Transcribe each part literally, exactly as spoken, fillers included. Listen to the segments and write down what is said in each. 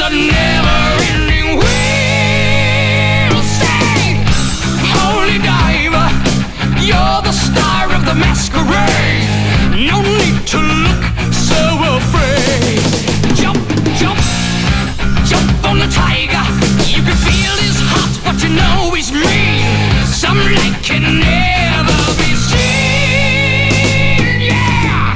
the never-ending wheel. Say, holy diver, you're the star of the masquerade. No need to look so afraid. Jump, jump, jump on the tiger. You can feel his heart, but you know he's mean. Some light can never be seen. Yeah.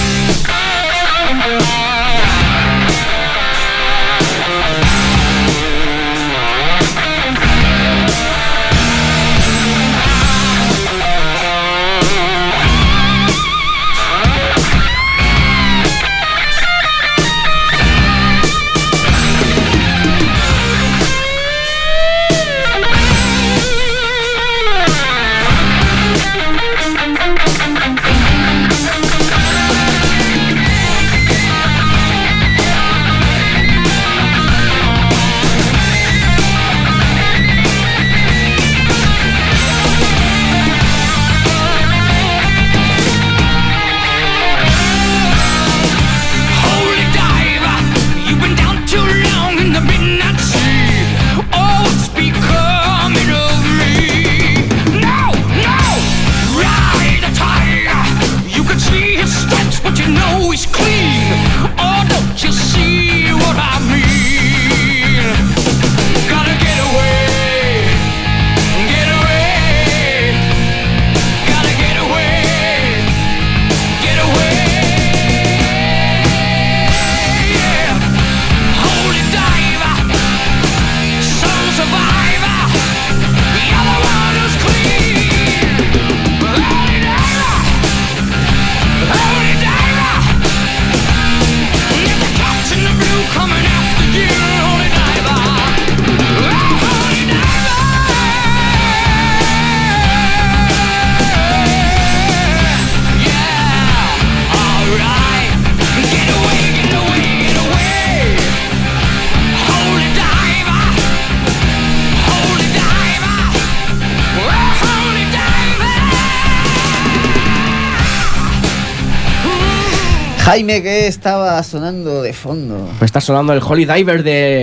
Jaime, ¿qué estaba sonando de fondo? Pues está sonando el Holy Diver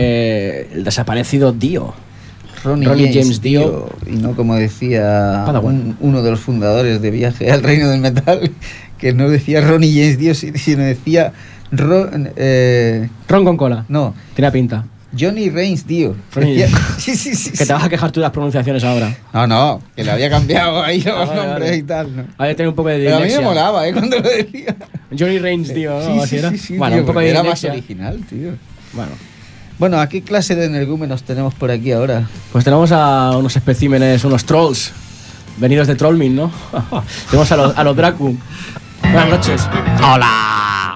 de el desaparecido Dio. Ronnie, Ronnie James, James Dio. Dio. Y no como decía un, uno de los fundadores de Viaje al Reino del Metal, que no decía Ronnie James Dio, sino decía Ron, eh, Ron con cola. No. Tiene pinta. Johnny Reigns Dio. Decía, sí, sí, sí, que sí. te vas a quejar tú de las pronunciaciones ahora. No, no, que le había cambiado ahí los Ah, vale, nombres vale. y tal, ¿no? Había tenido un poco de Pero a mí me dislexia. molaba, ¿eh? Cuando lo decía. Johnny Reigns, Dio, ¿no? Sí, Así sí, era. sí, sí, bueno, tío, un poco de era más dislexia. original, tío. Bueno. Bueno, ¿a qué clase de energúmenos tenemos por aquí ahora? Pues tenemos a unos especímenes, unos trolls, venidos de Trollmin, ¿no? Tenemos a los, a los Dracu. Buenas noches. ¡Hola!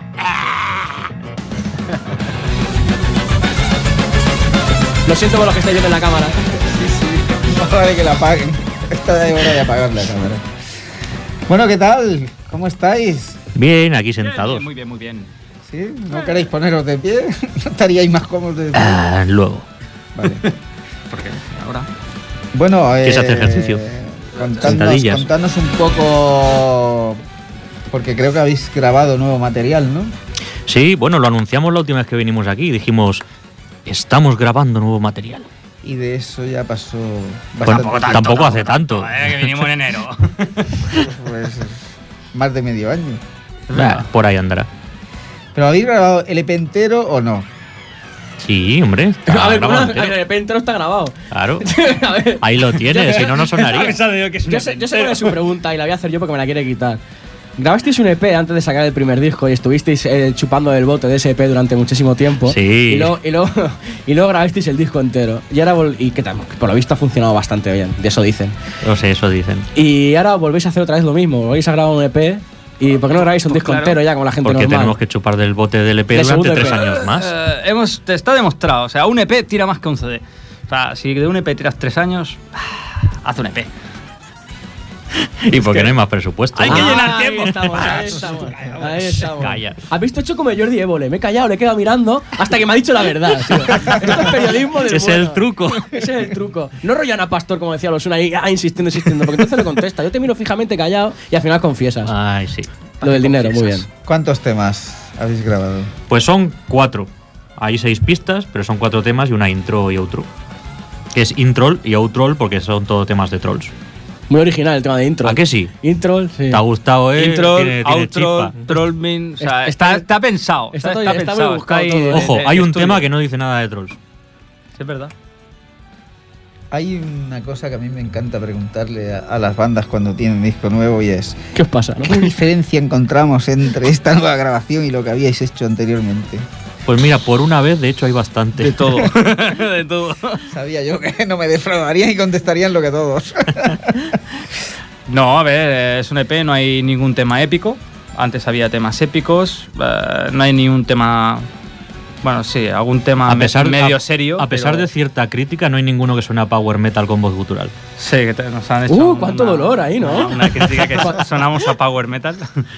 Lo siento por lo que estáis viendo en la cámara. Sí, sí. No vale que la apaguen. Está de hora de apagar la cámara. Bueno, ¿qué tal? ¿Cómo estáis? Bien, aquí sentados. Muy bien, muy bien. ¿Sí? ¿No queréis poneros de pie? ¿No estaríais más cómodos de pie? Ah, luego. Vale. ¿Por qué? Ahora. Bueno, eh, ¿Quieres hacer ejercicio? Contadnos, Sentadillas. contadnos un poco... Porque creo que habéis grabado nuevo material, ¿no? Sí, bueno, lo anunciamos la última vez que vinimos aquí. Dijimos, estamos grabando nuevo material. Y de eso ya pasó Bueno, bastante tampoco, tampoco hace tanto. Eh, que vinimos en enero. pues, más de medio año. Ah, por ahí andará. ¿Pero habéis grabado el E P entero o no? Sí, hombre. está a ver, grabado bueno, entero. de repente no está grabado. Claro. A ver. Ahí lo tienes, si no, no sonaría. Yo sé, yo sé cuál es su pregunta y la voy a hacer yo porque me la quiere quitar. Grabasteis un E P antes de sacar el primer disco y estuvisteis eh, chupando el bote de ese E P durante muchísimo tiempo. Sí. Y luego, y luego, y luego grabasteis el disco entero. Y ahora vol- y que tal, por lo visto ha funcionado bastante bien, de eso dicen. No sé, eso dicen. Y ahora volvéis a hacer otra vez lo mismo, volvéis a grabar un E P. ¿Y por qué no grabáis un Pues disco claro. entero ya como la gente Porque normal? tenemos que chupar del bote del E P Del durante segundo tres E P. años más. Eh, hemos, te está demostrado. O sea, un E P tira más que un C D. O sea, si de un E P tiras tres años, haz un E P. Y porque no hay más presupuesto. Hay que Ah, llenar ahí tiempo. estamos, ahí estamos, ahí estamos. Calla. ¿Has visto hecho como Jordi Évole? Me he callado, le he quedado mirando hasta que me ha dicho la verdad. Tío. Esto es periodismo del Ese es bueno. el truco. Ese es el truco. No rollo Ana Pastor, como decía Losuna, ahí ah, insistiendo, insistiendo, porque entonces le contesta. Yo te miro fijamente callado y al final confiesas. Ay, sí. Lo del dinero, muy bien. ¿Cuántos temas habéis grabado? Pues son cuatro. Hay seis pistas, pero son cuatro temas y una intro y outro. Que es intro y outro porque son todo temas de trolls. Muy original el tema de intro. ¿A qué sí? Intro, sí. ¿Te ha gustado, eh? Intro, Tiene- tiene outro, chispa. trollmin. O sea, Está- está, está pensado. está Está, todo- está está muy pensado. buscado está ahí todo, de- Ojo, de- hay de un estudio. tema que no dice nada de trolls. Sí, es verdad. Hay una cosa que a mí me encanta preguntarle a, a las bandas cuando tienen disco nuevo y es ¿Qué os pasa? no? ¿qué diferencia encontramos entre esta nueva grabación y lo que habíais hecho anteriormente? Pues mira, por una vez, de hecho, hay bastante. De todo. de todo. Sabía yo que no me defraudarían y contestarían lo que todos. No, a ver, es un E P, no hay ningún tema épico. Antes había temas épicos. eh, no hay ni un tema. Bueno, sí, algún tema A pesar- me- medio a- serio. A pesar pero- de cierta crítica, no hay ninguno que suene a power metal con voz gutural. Sí, que te- nos han hecho. Uh, cuánto dolor ahí, ¿no? Una, una crítica que so- sonamos a power metal.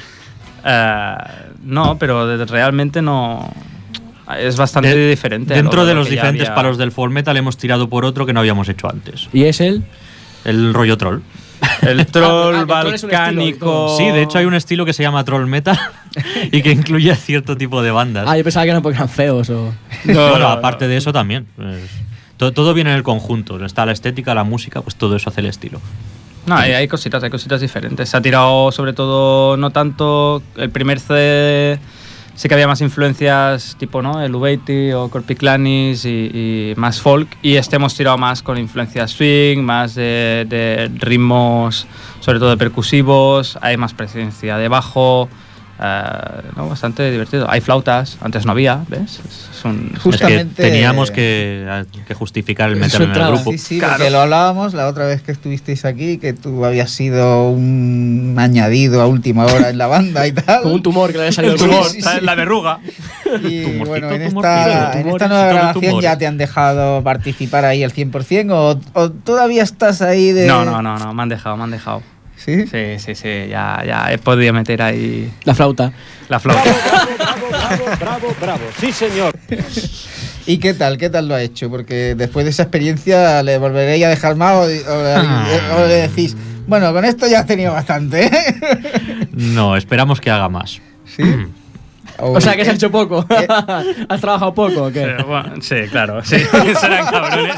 Eh, no, pero de- realmente no. Es bastante De- diferente. a Dentro lo- de lo los que ya diferentes había- palos del folk metal hemos tirado por otro que no habíamos hecho antes. ¿Y es él? El rollo troll. El troll Ah, que troll es un estilo y balcánico. todo. Sí, de hecho hay un estilo que se llama troll metal y que incluye cierto tipo de bandas. Ah, yo pensaba que eran porque eran feos o... No, bueno, no, aparte no. de eso también. pues, todo, todo viene en el conjunto. Está la estética, la música, pues todo eso hace el estilo. No, hay, hay cositas, hay cositas diferentes. Se ha tirado sobre todo, no tanto, el primer C D, sí que había más influencias tipo, ¿no? El Ubeiti o Corpiclanis y, y más folk. Y este hemos tirado más con influencias swing, más de, de ritmos, sobre todo de percusivos. Hay más presencia de bajo. eh, no, bastante divertido. Hay flautas, antes no había, ¿ves? Es un- Justamente- Es que teníamos que, que justificar el Su metal en el entrada. grupo. Sí, sí, Claro. porque lo hablábamos la otra vez que estuvisteis aquí, que tú habías sido un añadido a última hora en la banda y tal. Como un tumor que le había salido Sí, del sí, tumor. sí. ¿sabes? La verruga. Y Tumorcito, bueno, en tumorcito, esta, en tumores, esta nueva todo grabación tumores. ya te han dejado participar ahí al cien por cien o, o todavía estás ahí de... No, no, no, no, me han dejado, me han dejado. ¿Sí? Sí, sí, sí, ya, ya he podido meter ahí La flauta. la flauta. Bravo, bravo, sí señor. ¿Y qué tal? ¿Qué tal lo ha hecho? Porque después de esa experiencia le volveréis a dejar más o, o- o le decís, bueno, con esto ya has tenido bastante, ¿eh? No, esperamos que haga más. ¿Sí? O sea, que se ha hecho poco. Eh. ¿Has trabajado poco o qué? Pero, bueno, sí, claro, sí, serán cabrones.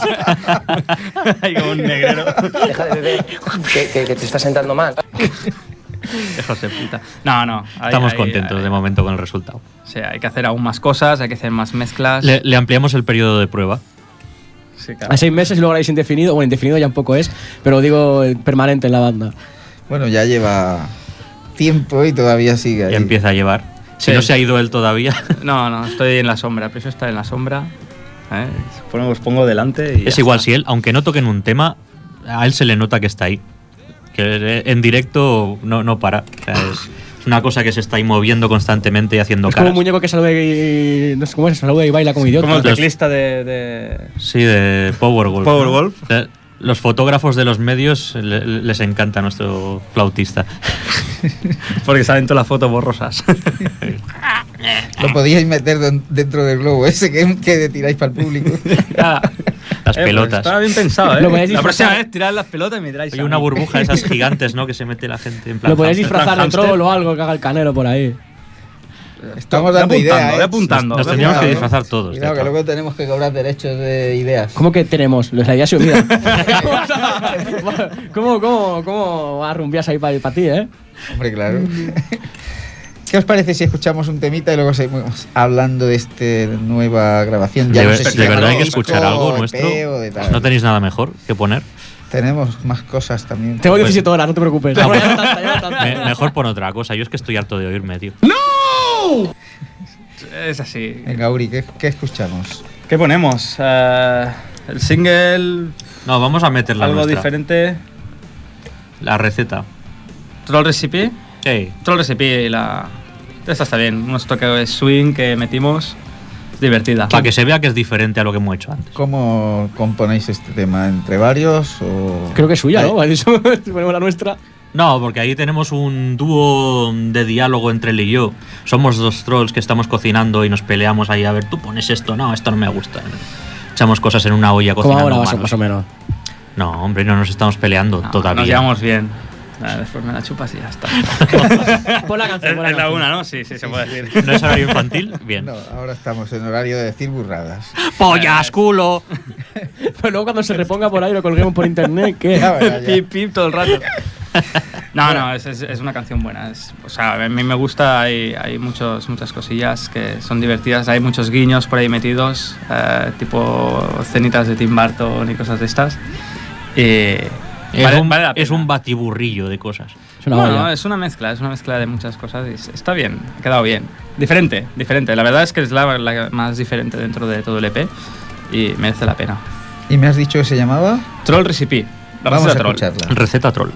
Hay como un negrero. Deja de beber, que, que- que te está sentando mal. Hijos de puta. No, no. hay- Estamos hay- contentos hay- de momento con el resultado. Sí, hay que hacer aún más cosas, hay que hacer más mezclas. Le, le ampliamos el periodo de prueba. Sí, claro. A seis meses y luego haréis indefinido. Bueno, indefinido ya un poco es, pero digo eh, permanente en la banda. Bueno, ya lleva tiempo y todavía sigue ahí. Ya empieza a llevar. Si Sí. no se ha ido él todavía, No, no, estoy en la sombra. Prefiero estar en la sombra. ¿eh? Pongo- Os pongo delante y. es ya igual. está. Si él, aunque no toquen un tema, a él se le nota que está ahí. Que en directo no, no para. O sea, es una cosa que se está ahí moviendo constantemente y haciendo Es como caras. un muñeco que saluda y. No sé cómo es, saluda y baila como idiota. Como el Los- teclista de. de- Sí, de Powerwolf. ¿no? Powerwolf. O sea, los fotógrafos de los medios le- les encanta nuestro flautista. Porque salen todas las fotos borrosas. Lo podíais meter don- dentro del globo ese que, que tiráis para el público. Ah, Las eh, pues pelotas. estaba bien pensado, ¿eh? Lo podéis La próxima disfrazar. vez tirad las pelotas y me traéis. Hay a una mí. burbuja de esas gigantes, ¿no? Que se mete la gente en plan. Lo podéis hámster. disfrazar de hámster. troll o algo que haga el canero por ahí. Estamos Voy dando apuntando, ideas. voy ¿eh? apuntando. Nos voy tendríamos que apuntando. disfrazar todos. Cuidado, de que todo. luego tenemos que cobrar derechos de ideas. ¿Cómo que tenemos? La idea es mía. ¿Cómo, cómo, cómo vas a rumbiar ahí para ti, eh? Hombre, claro. ¿Qué os parece si escuchamos un temita y luego seguimos hablando de esta nueva grabación? Ya de no ver- sé si de verdad llamarlo hay que disco, escuchar algo E P nuestro. o de tal. ¿No tenéis nada mejor que poner? Tenemos más cosas también. Tengo diecisiete horas, no te preocupes. Ah, pues- Ya no tanta, ya no tanta. Me- mejor pon otra cosa. Yo es que estoy harto de oírme, tío. Es así. Venga, Uri, ¿qué, qué escuchamos? ¿Qué ponemos? Eh, el single, No, vamos a meter la algo nuestra. diferente. La receta. Troll Recipe. Hey, Troll Recipe, la. Esta está bien. Unos toques de swing que metimos. Es divertida. para que se vea que es diferente a lo que hemos hecho antes. ¿Cómo componéis este tema? ¿Entre varios o...? Creo que es suya, Ay, ¿no? Vale, eso, si ponemos la nuestra. No, porque ahí tenemos un dúo de diálogo entre él y yo. Somos dos trolls que estamos cocinando y nos peleamos ahí. A ver, tú pones esto, no, esto no me gusta. Echamos cosas en una olla Como cocinando ahora, más, humanos. más o menos. No, hombre, no nos estamos peleando No, todavía. Nos llevamos bien. Nada, después me la chupas y ya está. Pon la canción, pon la Es la canción. una, ¿no? Sí, sí, se puede decir. ¿No es horario infantil? Bien. No, ahora estamos en horario de decir burradas. ¡Pollas, culo! Pero luego cuando se reponga por ahí lo colguemos por internet, ¿qué? Ya verás, ya. Pip, pip todo el rato. No, no, es, es, es una canción buena. Es, o sea, a mí me gusta, hay, hay muchos, muchas cosillas que son divertidas, hay muchos guiños por ahí metidos, eh, tipo escenitas de Tim Burton y cosas de estas. Y Es, vale- un, vale la es pena. un batiburrillo de cosas. Es una Bueno, olla. es una mezcla, es una mezcla de muchas cosas y s- está bien, ha quedado bien. Diferente, diferente. La verdad es que es la, la más diferente dentro de todo el E P y merece la pena. ¿Y me has dicho que se llamaba? Troll Recipe. La Vamos a receta Troll. escucharla. Receta troll.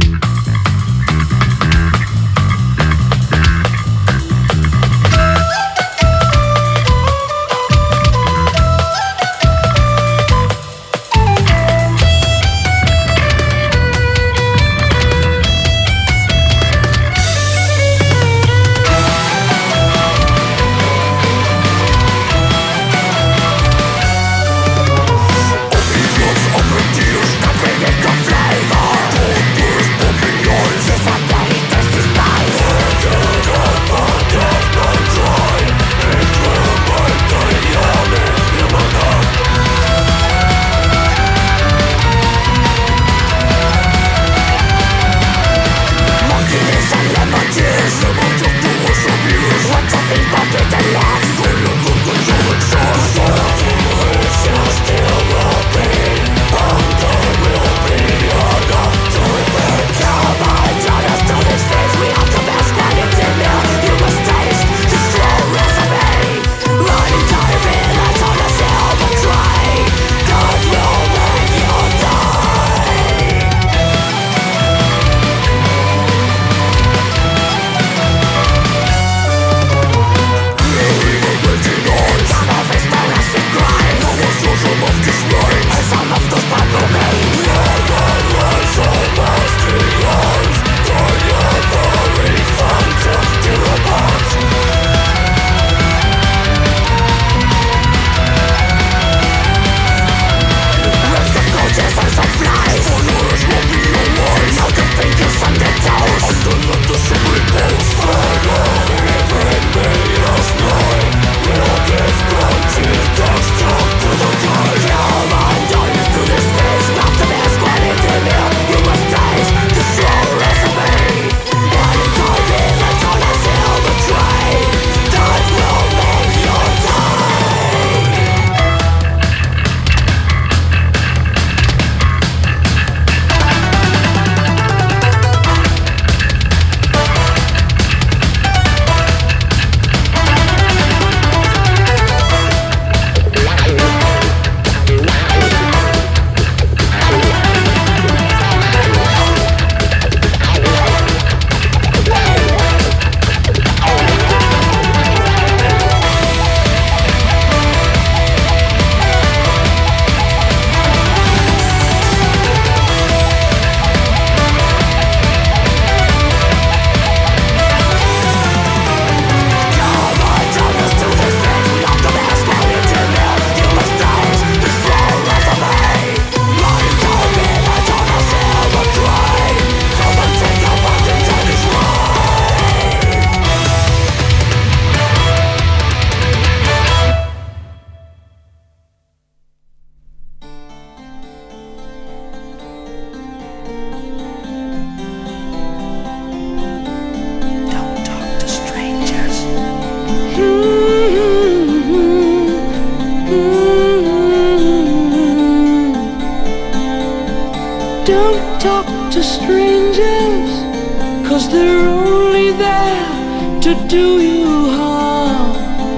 Don't talk to strangers, cause they're only there to do you harm.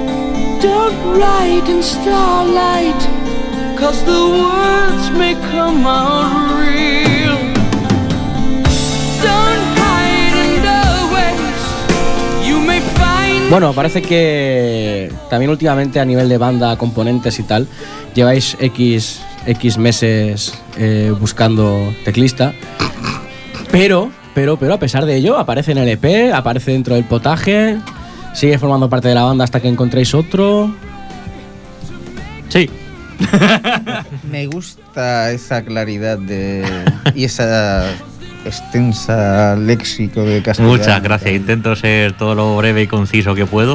Don't write in starlight, cause the words may come out real. Don't hide in doorways, you may find. Bueno, parece que también últimamente a nivel de banda, componentes y tal, lleváis X, X meses eh, buscando teclista, pero, pero, pero a pesar de ello aparece en el E P, aparece dentro del potaje, sigue formando parte de la banda hasta que encontréis otro. Sí. Me gusta esa claridad de, y esa extensa léxico de castellano. Muchas gracias, intento ser todo lo breve y conciso que puedo.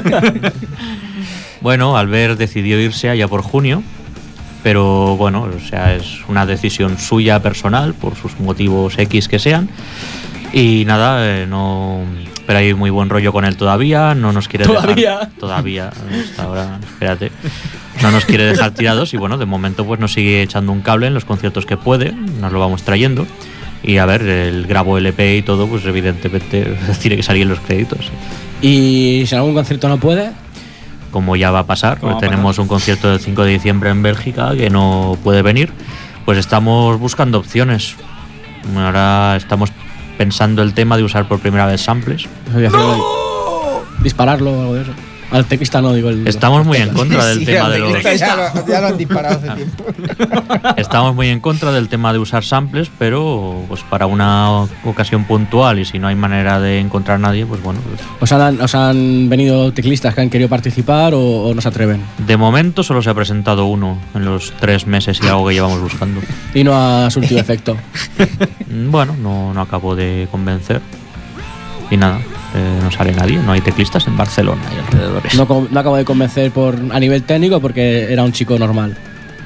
Bueno, Albert decidió irse allá por junio, pero bueno, o sea, es una decisión suya personal, por sus motivos X que sean. Y nada, eh, no... Pero hay muy buen rollo con él todavía, no nos quiere ¿Todavía? dejar... Todavía. Hasta ahora, espérate. No nos quiere dejar tirados y bueno, de momento pues nos sigue echando un cable en los conciertos que puede, nos lo vamos trayendo. Y a ver, el grabo L P y todo, pues evidentemente tiene que salir en los créditos. Y si en algún concierto no puede... Como ya va a pasar, ¿Cómo va a tenemos pasar? un concierto del cinco de diciembre en Bélgica que no puede venir, pues estamos buscando opciones. Ahora estamos pensando el tema de usar por primera vez samples. ¡No! Dispararlo o algo de eso. Al teclista no, digo el... Estamos muy en contra del Sí, tema de ya, los... ya, lo, ya lo han disparado hace tiempo. Estamos muy en contra del tema de usar samples, pero pues para una ocasión puntual y si no hay manera de encontrar a nadie, pues bueno. Pues, ¿Os han, ¿Os han venido teclistas que han querido participar o, o no se atreven? de momento solo se ha presentado uno en los tres meses y algo que llevamos buscando. Y no ha surtido efecto. Bueno, no, no acabo de convencer. Y nada, eh, no sale nadie, no hay teclistas en Barcelona y alrededores. No, co- no acabo de convencer por, a nivel técnico porque era un chico normal.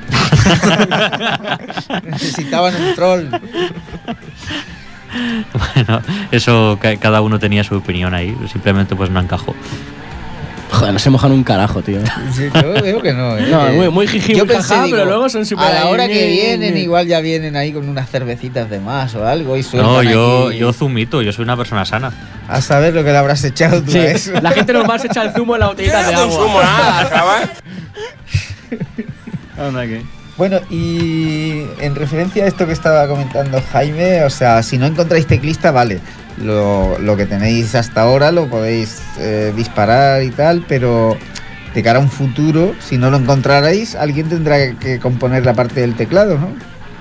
Necesitaban un troll. Bueno, eso ca- cada uno tenía su opinión ahí, simplemente pues no encajó. Joder, no se mojan un carajo, tío. Sí, yo veo que no, ¿eh? No, muy, muy jiji, Yo muy pensé, jaja, digo, pero luego son súper... a la hora ahí, que ñe, vienen, ñe. igual ya vienen ahí con unas cervecitas de más o algo y sueltan No, yo, aquí yo zumito, yo soy una persona sana. a saber lo que le habrás echado tú Sí, a eso. la gente normal se echa el zumo en la botellita de agua. nada, ¿sabes? Anda que... Bueno, y en referencia a esto que estaba comentando Jaime, o sea, si no encontráis teclista, vale, lo, lo que tenéis hasta ahora lo podéis eh, disparar y tal, pero de cara a un futuro, si no lo encontrarais, alguien tendrá que componer la parte del teclado, ¿no?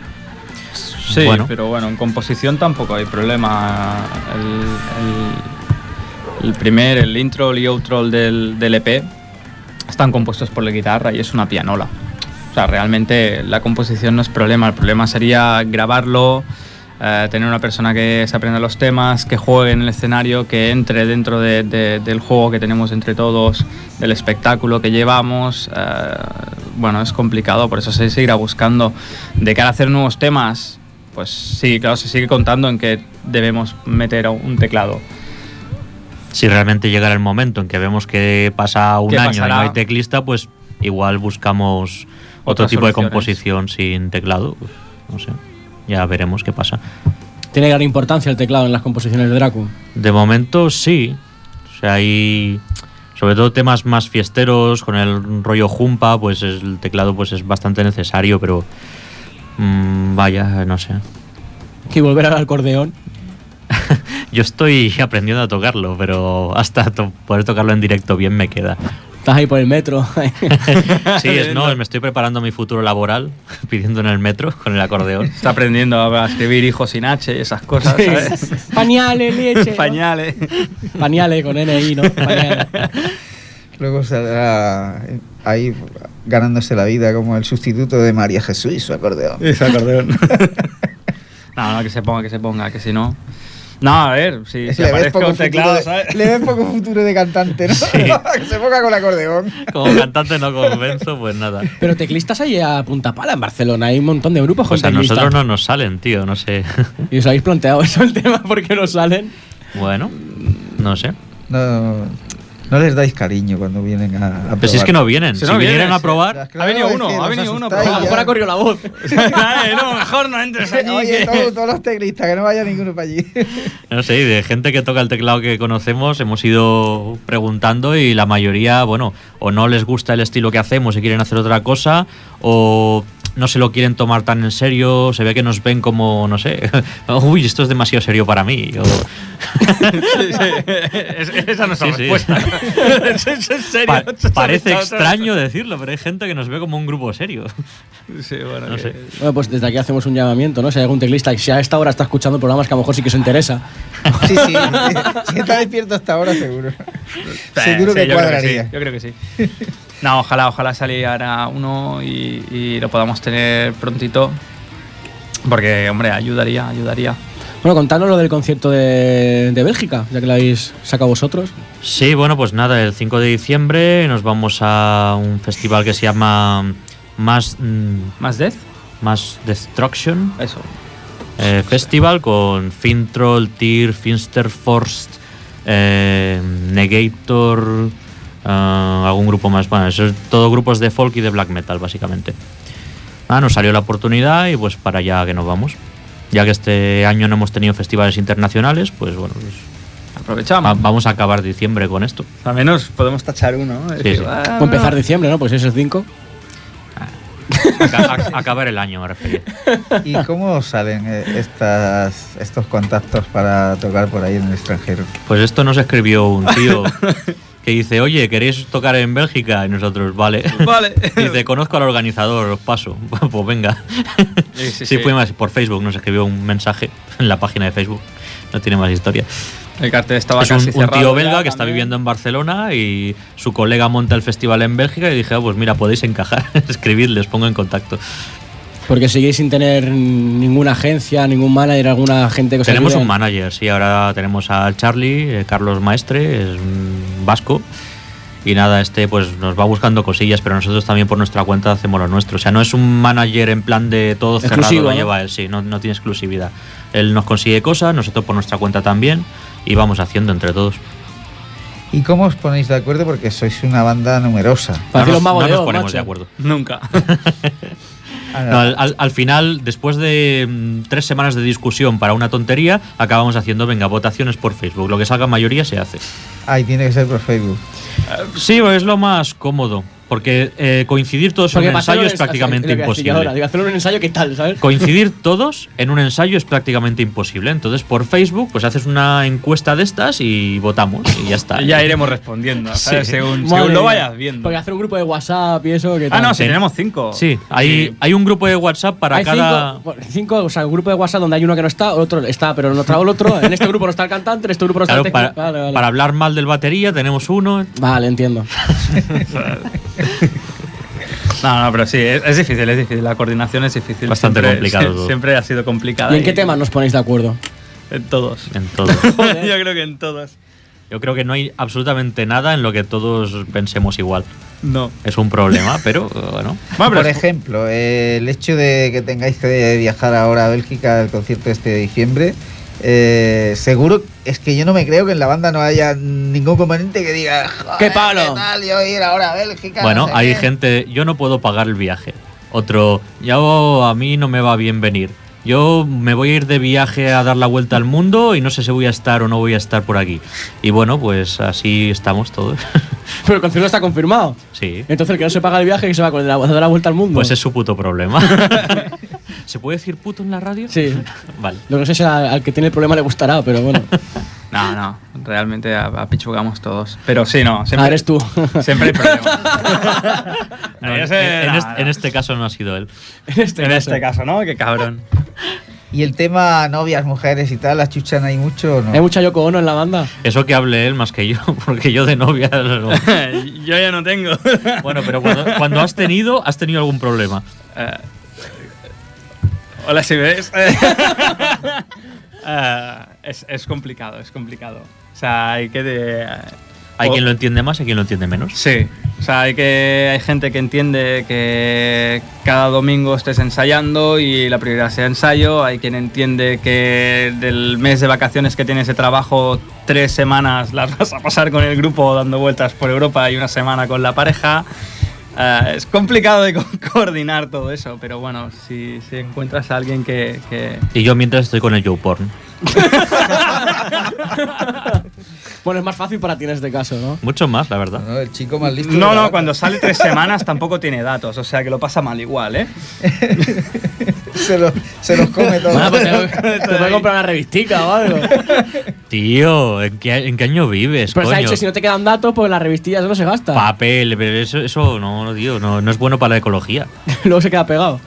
Sí, Bueno. pero bueno, en composición tampoco hay problema. El, el- el primer, el intro y outro del, del E P están compuestos por la guitarra y es una pianola. O sea, realmente la composición no es problema. El problema sería grabarlo, eh, tener una persona que se aprenda los temas, que juegue en el escenario, que entre dentro de- de- del juego que tenemos entre todos, del espectáculo que llevamos. Eh, bueno, es complicado, por eso se seguirá buscando. De cara a hacer nuevos temas, pues sí, claro, se sigue contando en que debemos meter a un teclado. Si realmente llegara el momento en que vemos que pasa un ¿Qué año y no pasará? hay teclista, pues igual buscamos otro Otras tipo de soluciones. composición sin teclado. Pues, no sé, ya veremos qué pasa. Tiene gran importancia el teclado en las composiciones de Dracu. De momento sí. O sea, hay sobre todo temas más fiesteros, con el rollo jumpa, pues el teclado pues es bastante necesario, pero mmm, vaya, no sé. Y volver al acordeón. Yo estoy aprendiendo a tocarlo, pero hasta to- poder tocarlo en directo bien me queda. Estás ahí por el metro. Sí, es, no, me estoy preparando mi futuro laboral, pidiendo en el metro con el acordeón. Está aprendiendo a escribir hijos sin H y esas cosas, ¿sabes? Pañales, leche. ¿no? Pañales. Pañales con N I, ¿no? Pañales. Luego saldrá ahí ganándose la vida como el sustituto de María Jesús y su acordeón. Ese acordeón. No, no, que se ponga, que se ponga, que si no... No, a ver, si, si le, ves aparezca poco un teclado, futuro de, ¿sabes? le ves poco futuro de cantante, ¿no? Que se ponga con el acordeón. Como cantante no convenzo, pues nada. Pero teclistas hay a punta pala en Barcelona. Hay un montón de grupos Pues con a teclistas. nosotros no nos salen, tío, no sé. ¿Y os habéis planteado eso el tema? ¿Por qué no salen? Bueno, no sé. No, no les dais cariño cuando vienen a, a probar. Pero si es que no vienen, Si si, no vinieran vienen, a sí. probar... Ha venido es uno, que ha os venido uno, asustáis pero A lo ya. mejor ha corrido la voz. Ay, no, mejor no entres allí. Oye, que- todos, todos los teclistas, que no vaya ninguno para allí. No sé, de gente que toca el teclado que conocemos hemos ido preguntando y la mayoría, bueno, o no les gusta el estilo que hacemos y quieren hacer otra cosa, o no se lo quieren tomar tan en serio, se ve que nos ven como, no sé, uy, esto es demasiado serio para mí. O, Sí, sí. Es- esa no es la Sí, sí. respuesta. Es- es en serio. pa- parece extraño decirlo, pero hay gente que nos ve como un grupo serio. Sí, bueno, No que- sé. Bueno, pues desde aquí hacemos un llamamiento, ¿no? Si hay algún teclista que si a esta hora está escuchando programas que a lo mejor sí que os interesa. Sí, sí, sí. Si está despierto hasta ahora, seguro. Seguro Sí, que yo creo cuadraría. sí, yo creo que sí. No, ojalá, ojalá saliera uno y, y lo podamos tener prontito. Porque, hombre, ayudaría, ayudaría. Bueno, contadnos lo del concierto de, de Bélgica, ya que lo habéis sacado vosotros. Sí, bueno, pues nada, el cinco de diciembre nos vamos a un festival que se llama Mass, mm, ¿Más Death? Mass Destruction Eso. eh, Festival con Fintroll, Tyr, Finsterforst, eh, Negator, eh, algún grupo más. Bueno, eso es todo grupos de folk y de black metal, básicamente. Ah, nos salió la oportunidad y pues para allá que nos vamos. Ya que este año no hemos tenido festivales internacionales, pues bueno, pues Aprovechamos. va- vamos a acabar diciembre con esto. Al menos podemos tachar uno. ¿no? Sí, Decir, sí. "Ah, O empezar diciembre, ¿no? Pues es el cinco. Aca- a- acabar el año, me refería. ¿Y cómo salen eh, estas, estos contactos para tocar por ahí en el extranjero? Pues esto nos escribió un tío que dice, oye, ¿queréis tocar en Bélgica? Y nosotros, vale. Vale. Y dice, conozco al organizador, os paso. Pues venga. Sí, sí, Sí, sí. fue más por Facebook, nos escribió un mensaje en la página de Facebook. No tiene más historia. El cartel estaba Es un, casi un cerrado tío ya belga que está también. viviendo en Barcelona y su colega monta el festival en Bélgica y dije, ah, pues mira, podéis encajar. Escribidles, pongo en contacto. Porque seguís sin tener ninguna agencia, ningún manager, alguna gente que os Tenemos ayude. un manager, sí, ahora tenemos al Charlie, eh, Carlos Maestre, es un vasco. Y nada, este pues nos va buscando cosillas, pero nosotros también por nuestra cuenta hacemos lo nuestro. O sea, no es un manager en plan de todo cerrado, Exclusivo, lo ¿no? lleva él, sí, no, no tiene exclusividad. Él nos consigue cosas, nosotros por nuestra cuenta también, y vamos haciendo entre todos. ¿Y cómo os ponéis de acuerdo? Porque sois una banda numerosa. Parecen no los nos, magos no de nos Oz, ponemos macho. de acuerdo. Nunca. No, al, al- al final, después de mm, tres semanas de discusión para una tontería, acabamos haciendo, venga, votaciones por Facebook. Lo que salga mayoría se hace. Ay, tiene que ser por Facebook. Sí, es lo más cómodo, porque eh, coincidir todos en Porque un para ensayo hacerlo es prácticamente lo que decía yo ahora, imposible. digo, hacerlo en un ensayo, ¿qué tal, sabes? Coincidir todos en un ensayo es prácticamente imposible. Entonces, por Facebook, pues haces una encuesta de estas y votamos y ya está. Y ya iremos respondiendo, ¿sabes? Sí. Según, Madre según lo mía. vayas viendo. Porque hacer un grupo de WhatsApp y eso, ¿qué Ah, tal? no, si Sí. tenemos cinco. Sí, hay, hay un grupo de WhatsApp para Hay cada. cinco, cinco, o sea, un grupo de WhatsApp donde hay uno que no está, otro está, pero no trago el otro. En este grupo no está el cantante, en este grupo no está Claro, el para, técnico. Vale, vale. para hablar mal del batería tenemos uno. Vale, entiendo. No, no, pero sí, es, es difícil, es difícil. La coordinación es difícil. Bastante Siempre- complicado sie- todo. Siempre ha sido complicada. ¿Y en qué temas nos ponéis de acuerdo? En todos. En todo. Yo creo que en todos. Yo creo que no hay absolutamente nada en lo que todos pensemos igual. No. Es un problema, pero eh, bueno. Bueno, pero Por es- ejemplo, eh, el hecho de que tengáis que viajar ahora a Bélgica al concierto este de diciembre, eh, seguro es que yo no me creo que en la banda no haya ningún componente que diga "Joder, ¡Qué palo!". ¿qué tal? Yo ir ahora a Bélgica. Bueno, no sé hay qué". gente. Yo no puedo pagar el viaje. Otro, ya a mí no me va bien venir. Yo me voy a ir de viaje a dar la vuelta al mundo y no sé si voy a estar o no voy a estar por aquí. Y bueno, pues así estamos todos. Pero el concierto está confirmado. Sí. Entonces el que no se paga el viaje, que se va con la, a dar la vuelta al mundo. Pues es su puto problema. ¿Se puede decir puto en la radio? Sí. Vale. Lo que no sé si al, al que tiene el problema le gustará, pero bueno. No, no. Realmente a- apichugamos todos. Pero sí, no. Ah, Siempre, eres tú. Siempre hay problemas. No, Yo en, sé- en no, este, no. en este caso no ha sido él. en este En caso. este caso, ¿no? Qué cabrón. Y el tema novias, mujeres y tal, ¿las chuchan ahí mucho o no? ¿Hay mucha Yoko Ono en la banda? Eso que hable él más que yo, porque yo de novia. no. Yo ya no tengo. Bueno, pero cuando, cuando has tenido, has tenido algún problema. Eh, hola, si ves. Eh, es, es complicado, es complicado. O sea, hay que. De, Hay o- quien lo entiende más y quien lo entiende menos. Sí, o sea, hay que hay gente que entiende que cada domingo estés ensayando y la prioridad sea ensayo. Hay quien entiende que del mes de vacaciones que tienes de trabajo, tres semanas las vas a pasar con el grupo dando vueltas por Europa y una semana con la pareja. Eh, es complicado de co- coordinar todo eso, pero bueno, si, si encuentras a alguien que, que- Y yo mientras estoy con el Joe Porn. Bueno, es más fácil para ti en este caso, ¿no? Mucho más, la verdad. No, el chico más listo. de No, la no, banda. cuando sale tres semanas tampoco tiene datos, o sea que lo pasa mal igual, ¿eh? se, los, se los come todo. Bueno, pues te, te puedes comprar una revistica o algo. Tío, ¿en qué, en qué año vives, Pero se ha coño? dicho, si no te quedan datos, pues en las revistillas eso no se gasta. Papel, pero eso, eso no, no, tío, no, no es bueno para la ecología. Luego se queda pegado.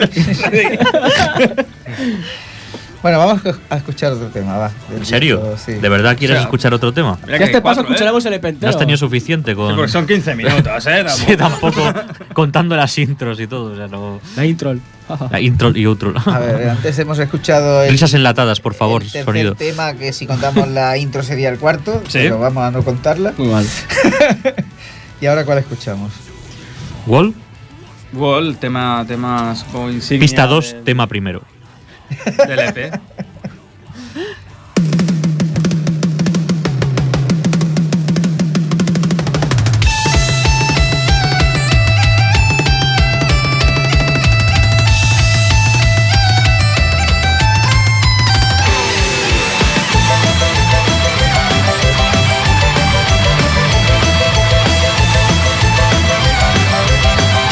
Bueno, vamos a escuchar otro tema, va. del ¿En serio? disco, sí. ¿De verdad quieres O sea, escuchar otro tema? Mira Ya que este paso cuatro, ¿eh? escucharemos el No epentero. has tenido suficiente con. Sí, porque son quince minutos, ¿eh? Sí, tampoco contando las intros y todo. O sea, no. La intro. La intro y outro. A ver, antes hemos escuchado el, Risas enlatadas, por favor, el tercer sonido. tema, que si contamos la intro sería el cuarto, Sí. pero vamos a no contarla. Muy mal. ¿Y ahora cuál escuchamos? Wall, Wall, tema, temas como insignia. pista dos, del- tema primero. Del E P.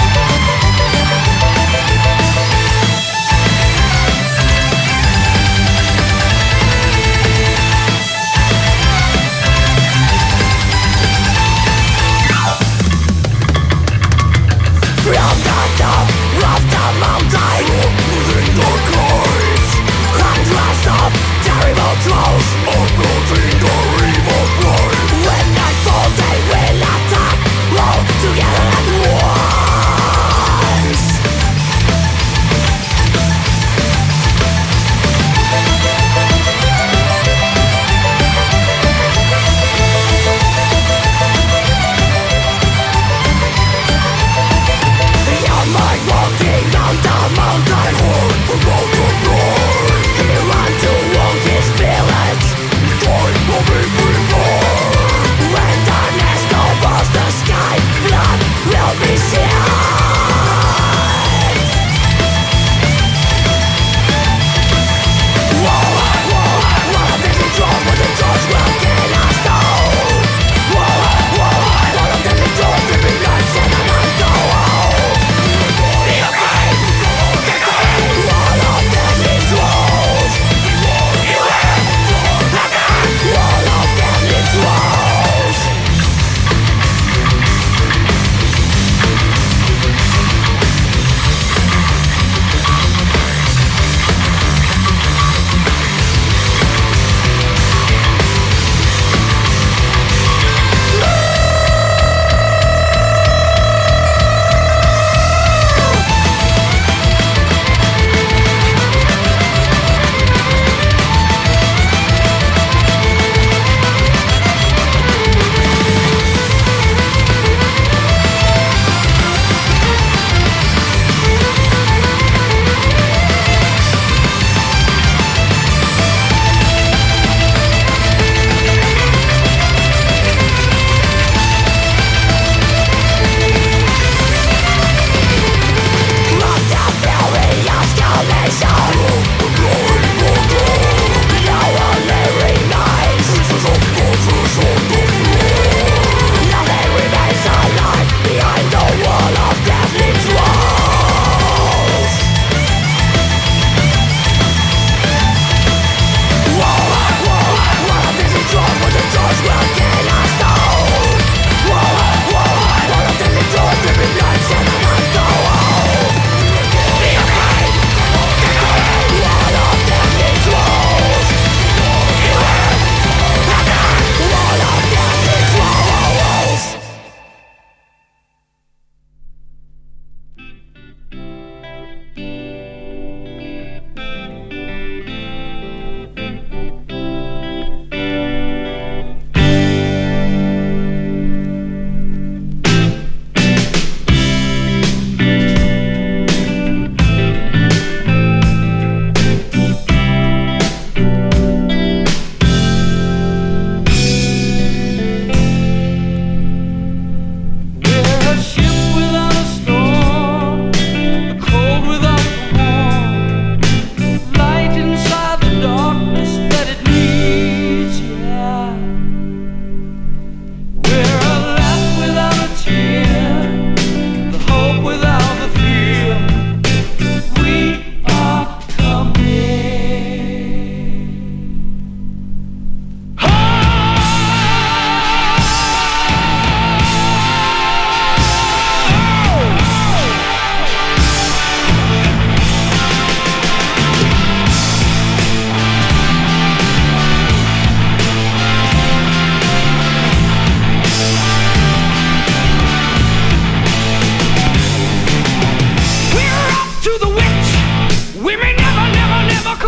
Thank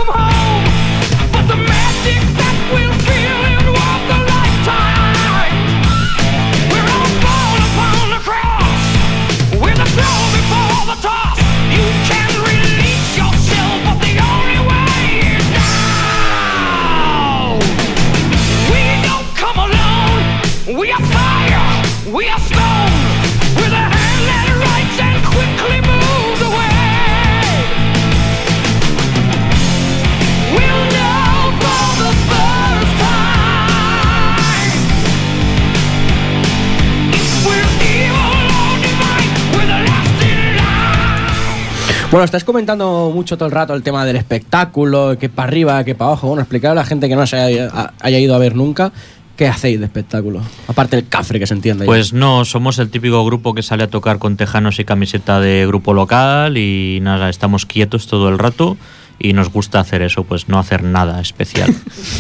welcome home. But the magic that we'll feel in walk a lifetime. We're all born upon the cross with a blow before the toss. You can release yourself, but the only way is now. We don't come alone. We are fire. We are stone. With a hand that writes and quickly moves away. We'll know for the first time if we're evil or divine with a lasting life. Bueno, estás comentando mucho todo el rato el tema del espectáculo, que para arriba, que para abajo. Bueno, explicar a la gente que no se haya, haya ido a ver nunca. ¿Qué hacéis de espectáculo? Aparte del cafre, que se entiende. Pues ya. no, somos el típico grupo que sale a tocar con tejanos y camiseta de grupo local y nada, estamos quietos todo el rato y nos gusta hacer eso, pues no hacer nada especial.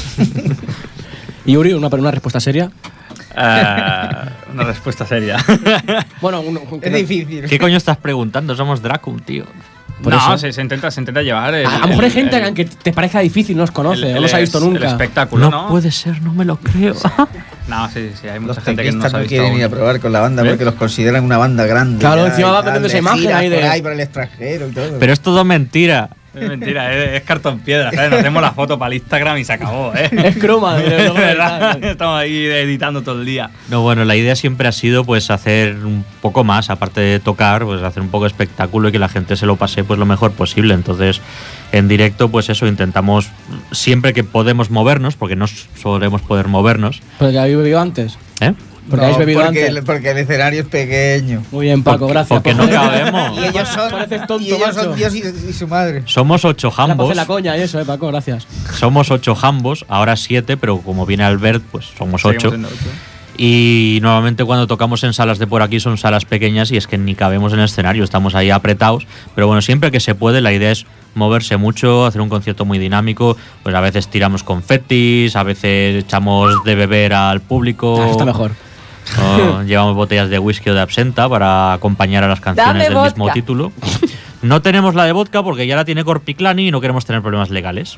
¿Y Uri, una, una respuesta seria? Uh, una respuesta seria. Bueno, uno, Es difícil. ¿Qué coño estás preguntando? Somos Dracum, tío. Por no, eso. se, se intenta, se intenta llevar. El, A, a lo mejor hay el- gente el- que te parezca difícil, no os conoce, el- no los ha visto el nunca. espectáculo, ¿no? No puede ser, no me lo creo. No, sí, sí, hay mucha Los gente que no teclistas se ha no visto quieren aún. ir a probar con la banda ¿Eh? porque los consideran una banda grande. Claro, ya, encima y va tal, poniendo esa de imagen giras ahí de- por ahí para el extranjero y todo. Pero es todo mentira. Es mentira, es, es cartón piedra, ¿sabes? Nos hacemos la foto para el Instagram y se acabó, ¿eh? Es croma, de- de- De verdad, de- estamos ahí editando todo el día. No, bueno, la idea siempre ha sido pues hacer un poco más, aparte de tocar, pues hacer un poco de espectáculo y que la gente se lo pase pues lo mejor posible. Entonces, en directo, pues eso, intentamos siempre que podemos movernos, porque no solemos poder movernos, Porque habéis bebido antes. ¿eh? Porque habéis bebido porque, antes. el, porque el escenario es pequeño. Muy bien, Paco, Porque- gracias. porque por no joder. cabemos. Y ellos son, Pareces tonto, y ellos macho. son Dios y, y su madre. Somos ocho La jambos. hace la coña y eso, eh, Paco, gracias. Somos ocho jambos, ahora siete, pero como viene Albert, pues somos Seguimos ocho. siendo ocho. Y normalmente cuando tocamos en salas de por aquí son salas pequeñas y es que ni cabemos en el escenario, estamos ahí apretados. Pero bueno, siempre que se puede, la idea es moverse mucho, hacer un concierto muy dinámico. Pues a veces tiramos confetis, a veces echamos de beber al público. Ah, eso está mejor. O llevamos botellas de whisky o de absenta para acompañar a las canciones Dame del vodka. mismo título. No tenemos la de vodka porque ya la tiene Corpiclani y no queremos tener problemas legales.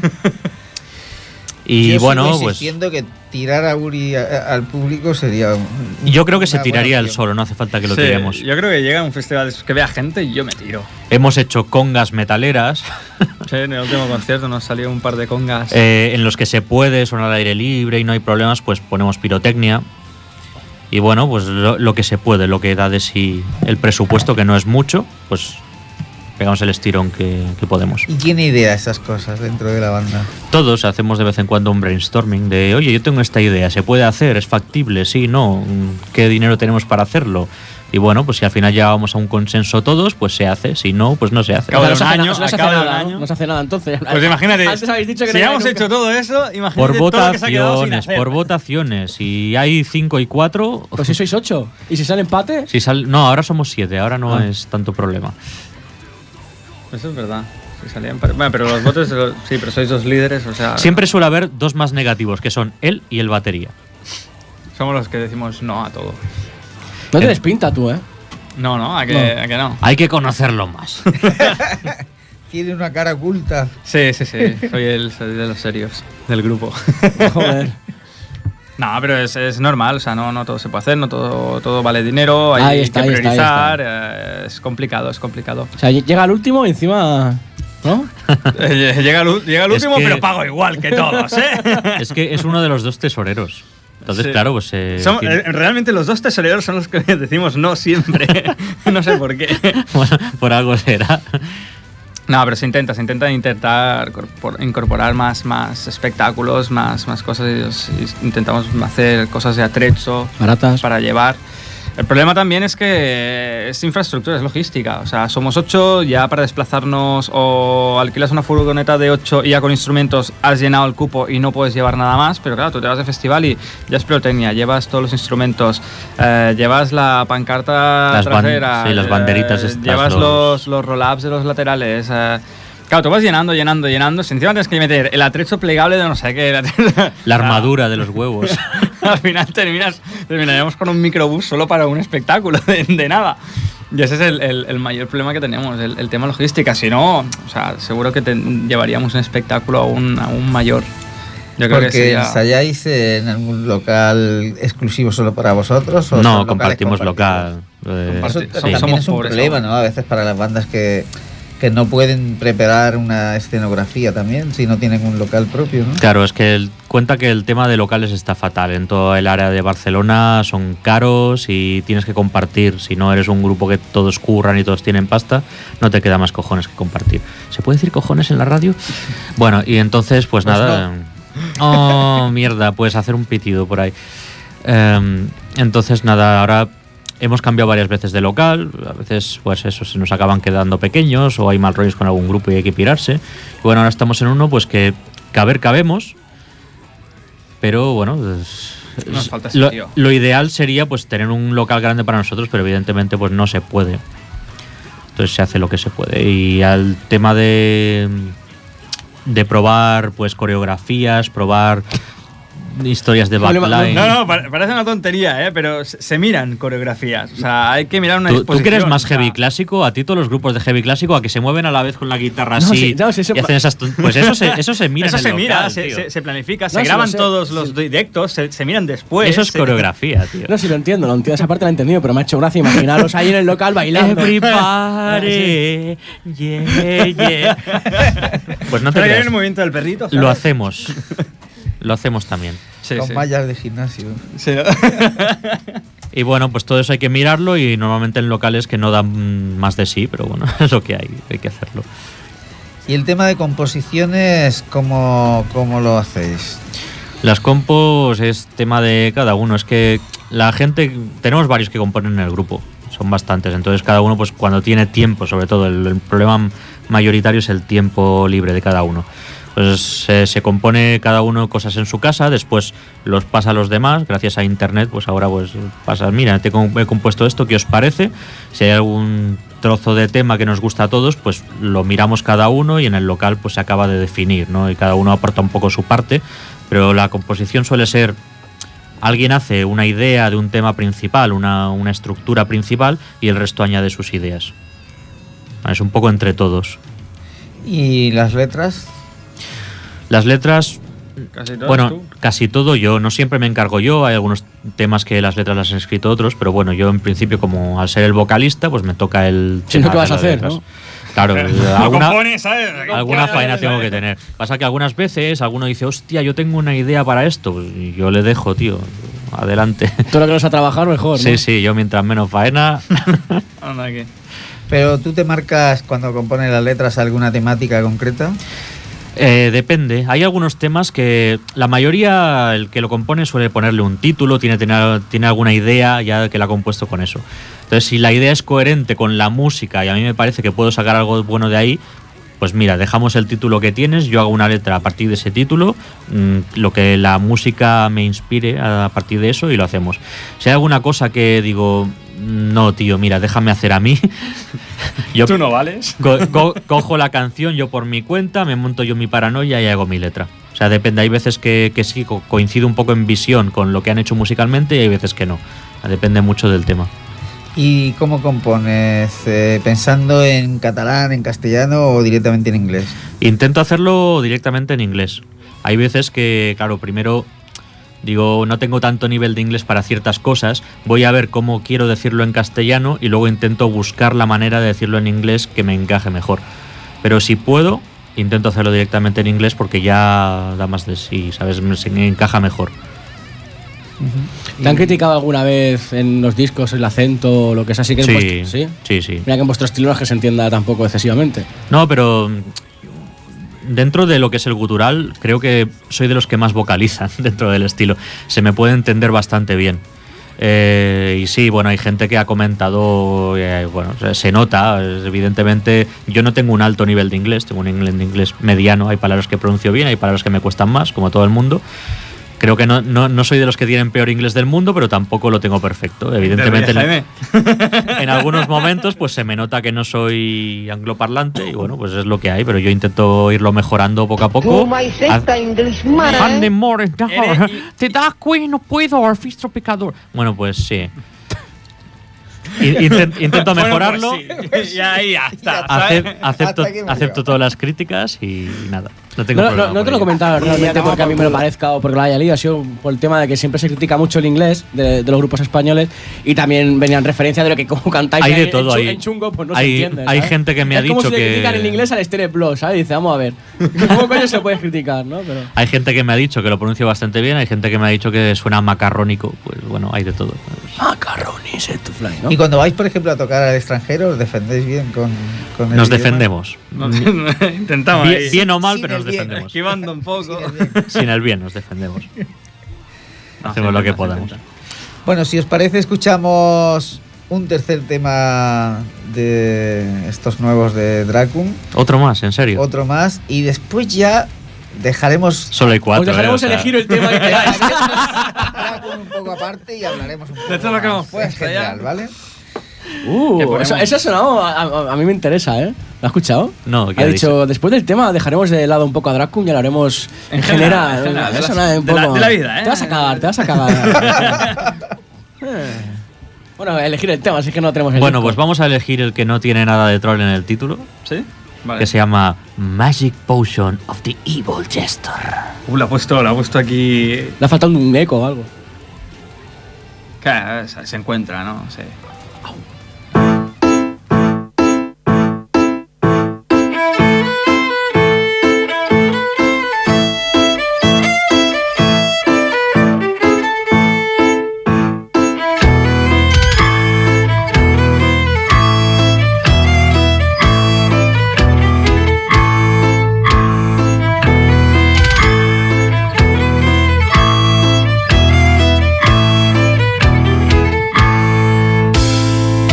Y Yo bueno, sigo pues insistiendo que tirar a Uri a- a- al público sería. un- yo creo que se una buena tiraría él opción. solo, no hace falta que lo Sí, tiremos. yo creo que llega a un festival de esos que vea gente y yo me tiro. Hemos hecho congas metaleras Sí, en el último concierto nos salió un par de congas. eh, en los que se puede sonar al aire libre y no hay problemas, pues ponemos pirotecnia. Y bueno, pues lo, lo que se puede, lo que da de sí el presupuesto, que no es mucho, pues pegamos el estirón que, que podemos. ¿Y quién idea esas cosas dentro de la banda? Todos hacemos de vez en cuando un brainstorming de, oye, yo tengo esta idea, ¿se puede hacer? ¿Es factible? Sí, no. ¿Qué dinero tenemos para hacerlo? Y bueno, pues si al final llegábamos a un consenso todos, pues se hace. Si no, pues no se hace. Cabo de no se un hace año, na- no se hace acaba de un nada, ¿no? año. No se hace nada entonces. Pues imagínate, Antes habéis dicho que si no hemos había hecho nunca. todo eso, imagínate Por todo lo que se ha quedado sin votaciones, hacer. por votaciones. Si hay cinco y cuatro, Pues si sois ocho. ¿Y si sale empate? si sal, no, ahora somos siete, ahora no Ah. es tanto problema. Eso es verdad. Si salían pare- Bueno, pero los votos, de los- sí, pero sois dos líderes, o sea. Siempre suele haber dos más negativos, que son él y el batería. Somos los que decimos no a todo. No te despinta tú, ¿eh? No, no, a que No. a que no. Hay que conocerlo más. Tiene una cara oculta. Sí, sí, sí. Soy, el, soy de los serios del grupo. Joder. No, pero es, es normal, o sea, no, no todo se puede hacer, no todo, todo vale dinero, hay Ahí está, que ahí está, ahí priorizar, eh, es complicado, es complicado. O sea, llega al último y encima. ¿No? Eh, llega el, u- llega el Es último, que- pero pago igual que todos, ¿eh? Es que es uno de los dos tesoreros. Entonces, Sí. claro, pues... eh, Son- tiene- eh, realmente los dos tesoreros son los que decimos no siempre. No sé por qué. bueno, por algo será. No, pero se intenta, se intenta intentar corpor- incorporar más, más espectáculos, más, más cosas. y os- y intentamos hacer cosas de atrecho Baratas. para llevar. El problema también es que es infraestructura, es logística. O sea, somos ocho, ya para desplazarnos o alquilas una furgoneta de ocho y ya con instrumentos has llenado el cupo y no puedes llevar nada más. Pero claro, tú te vas de festival y ya es pirotecnia, llevas todos los instrumentos, eh, llevas la pancarta Las ban- trasera, sí, las eh, banderitas estas, llevas los- los, los roll-ups de los laterales. eh, Claro, tú vas llenando, llenando, llenando. Si encima tienes que meter el atrecho plegable de no sé qué. La armadura de los huevos. Al final terminas, terminaríamos con un microbús solo para un espectáculo de, de nada. Y ese es el, el, el mayor problema que tenemos, el, el tema logística. Si no, o sea, seguro que te llevaríamos un espectáculo aún, aún mayor. Yo creo Porque que sería... ¿ensayáis en algún local exclusivo solo para vosotros? ¿O No, son compartimos locales local. Eh, Eso Comparti- también somos es un pobres problema, aún. ¿no? A veces para las bandas que, que no pueden preparar una escenografía también si no tienen un local propio, ¿no? Claro, es que el- cuenta que el tema de locales está fatal. En todo el área de Barcelona son caros y tienes que compartir. Si no eres un grupo que todos curran y todos tienen pasta, no te queda más cojones que compartir. ¿Se puede decir cojones en la radio? Bueno, y entonces, pues, Pues nada. Oh, mierda, puedes hacer un pitido por ahí. Em, entonces, nada, ahora hemos cambiado varias veces de local. A veces, pues eso, se nos acaban quedando pequeños o hay mal rollos con algún grupo y hay que pirarse. Y bueno, ahora estamos en uno, pues que caber cabemos. Pero bueno, es- Nos falta lo, sitio. lo ideal sería pues tener un local grande para nosotros, pero evidentemente pues no se puede. Entonces se hace lo que se puede. Y al tema de de probar pues coreografías, probar historias de Vale, backline. No, no, pa- parece una tontería, ¿eh? Pero se, se miran coreografías. O sea, hay que mirar una ¿Tú, exposición. tú que eres más o sea, heavy clásico, a ti todos los grupos de heavy clásico, a que se mueven a la vez con la guitarra No, así sí, no, sí, eso- y hacen esas ton- pues eso se, eso se mira Eso en el se mira, local, se, tío. se- se planifica, No, se sí, graban lo sé, todos sí. los directos, se, se miran después. Eso es se- coreografía, tío. No, sí lo entiendo, lo entiendo, esa parte la he entendido, pero me ha hecho gracia imaginaros ahí en el local bailando. Everybody, yeah, yeah. Pues no te Pero hay creas, el movimiento del perrito. lo ¿sabes? hacemos. Lo hacemos también. Sí, Con sí. mallas de gimnasio. Sí. Y bueno, pues todo eso hay que mirarlo y normalmente en locales que no dan más de sí, pero bueno, es lo que hay, hay que hacerlo. ¿Y el tema de composiciones, cómo, cómo lo hacéis? Las compos es tema de cada uno, es que la gente, tenemos varios que componen en el grupo, son bastantes, entonces cada uno pues cuando tiene tiempo, sobre todo el, el problema mayoritario es el tiempo libre de cada uno. Pues se, se compone cada uno cosas en su casa, después los pasa a los demás, gracias a internet, pues ahora pues pasa, mira, te com- he compuesto esto, ¿qué os parece? Si hay algún trozo de tema que nos gusta a todos, pues lo miramos cada uno y en el local pues se acaba de definir, ¿no? Y cada uno aporta un poco su parte, pero la composición suele ser, alguien hace una idea de un tema principal, una, una estructura principal y el resto añade sus ideas. Es un poco entre todos. ¿Y las letras? Las letras, Casi todas bueno, tú. casi todo yo, no siempre me encargo yo, hay algunos temas que las letras las han escrito otros, pero bueno, yo en principio como al ser el vocalista, pues me toca el... Sí, lo tema que vas de a las hacer, letras. ¿no? Claro, Lo alguna, compones, ¿sabes? alguna faena tengo que tener. Pasa que algunas veces alguno dice, hostia, yo tengo una idea para esto, pues, y yo le dejo, tío, adelante. Todo lo que nos a trabajar mejor, ¿no? Sí, sí, yo mientras menos faena... Anda aquí. ¿Pero tú te marcas cuando compones las letras alguna temática concreta? Eh, depende. Hay algunos temas que la mayoría, el que lo compone suele ponerle un título, tiene, tiene, tiene alguna idea ya que la ha compuesto con eso. Entonces, si la idea es coherente con la música y a mí me parece que puedo sacar algo bueno de ahí, pues mira, dejamos el título que tienes, yo hago una letra a partir de ese título, mmm, lo que la música me inspire a partir de eso y lo hacemos. Si hay alguna cosa que digo, no, tío, mira, déjame hacer a mí. Yo Tú no vales. co- co- cojo la canción yo por mi cuenta, me monto yo mi paranoia y hago mi letra. O sea, depende, hay veces que, que sí co- coincido un poco en visión con lo que han hecho musicalmente y hay veces que no. Depende mucho del tema. ¿Y cómo compones? Eh, ¿Pensando en catalán, en castellano o directamente en inglés? Intento hacerlo directamente en inglés. Hay veces que, claro, primero digo, no tengo tanto nivel de inglés para ciertas cosas, voy a ver cómo quiero decirlo en castellano y luego intento buscar la manera de decirlo en inglés que me encaje mejor. Pero si puedo, intento hacerlo directamente en inglés porque ya da más de sí, ¿sabes? Me, se me encaja mejor. ¿Te han criticado alguna vez en los discos el acento o lo que es así? Que en Sí, vuestro- ¿sí? sí, sí. Mira que en vuestro estilo no es que se entienda tampoco excesivamente. No, pero dentro de lo que es el gutural, creo que soy de los que más vocalizan dentro del estilo. Se me puede entender bastante bien. Eh, y sí, bueno, hay gente que ha comentado, eh, bueno, se nota, evidentemente, yo no tengo un alto nivel de inglés, tengo un nivel de inglés mediano, hay palabras que pronuncio bien, hay palabras que me cuestan más, como todo el mundo. Creo que no, no, no soy de los que tienen peor inglés del mundo, pero tampoco lo tengo perfecto. Evidentemente, en, Jaime. en algunos momentos pues se me nota que no soy angloparlante y bueno, pues es lo que hay, pero yo intento irlo mejorando poco a poco. Haz- more, no. Te das cuenta, no puedo, artista pecador. Bueno, pues sí. Intent- intento Bueno, mejorarlo. pues sí. Y ahí ya está. ¿sabes? Acep- acepto, Hasta aquí hemos acepto llegado. todas las críticas y nada. No tengo No, problema. no, no por te lo he ello. comentado Y ya realmente toma porque a mí por me lo culo. parezca o porque lo haya leído, ha sido por el tema de que siempre se critica mucho el inglés de, de los grupos españoles y también venían referencia de lo que como cantáis Hay de en- todo, en, chu- hay- en chungo, pues no hay- se entiende. hay ¿sabes? gente que me ha es como dicho si le que- critican en inglés al Stereo Plus, ¿sabes? Dice, vamos a ver, ¿cómo coño se puede criticar, no? Pero Hay gente que me ha dicho que lo pronuncio bastante bien, hay gente que me ha dicho que suena macarrónico. Pues bueno, hay de todo. macarronis en tu fly, ¿no? Y cuando vais, por ejemplo, a tocar al extranjero, ¿os defendéis bien con, con el Nos idioma? defendemos. No, intentamos Bien, ahí. bien o mal, Sin pero el nos bien. defendemos. Esquivando un poco. Sin el bien nos defendemos. No, Hacemos se lo que intenta, se podamos. intenta. Bueno, si os parece, escuchamos un tercer tema de estos nuevos de Dracum, Otro más, en serio. otro más, y después ya dejaremos Solo hay cuatro. Os dejaremos eh, o sea, elegir el tema que queráis. Dracum un poco aparte y hablaremos un poco De todo lo que más. hemos Pues puesto genial, ya. ¿vale? Uh, ¿Qué ponemos? eso, eso ha sonado, a, a- a mí me interesa, ¿eh? ¿Lo has escuchado? No, ¿qué ha ha dicho, dicho? después del tema dejaremos de lado un poco a Dracum y lo haremos en, En general. general, en general, de Eso la- nada, un de la- poco- de la vida, ¿eh? Te vas a cagar, te vas a cagar. Eh. Bueno, elegir el tema, así que no tenemos el Bueno, disco. pues vamos a elegir el que no tiene nada de troll en el título, ¿Sí? Vale. que se llama Magic Potion of the Evil Jester. Uh, lo ha puesto, lo ha puesto aquí. Le ha faltado un eco o algo. Claro, se se encuentra, ¿no? Sí. Magic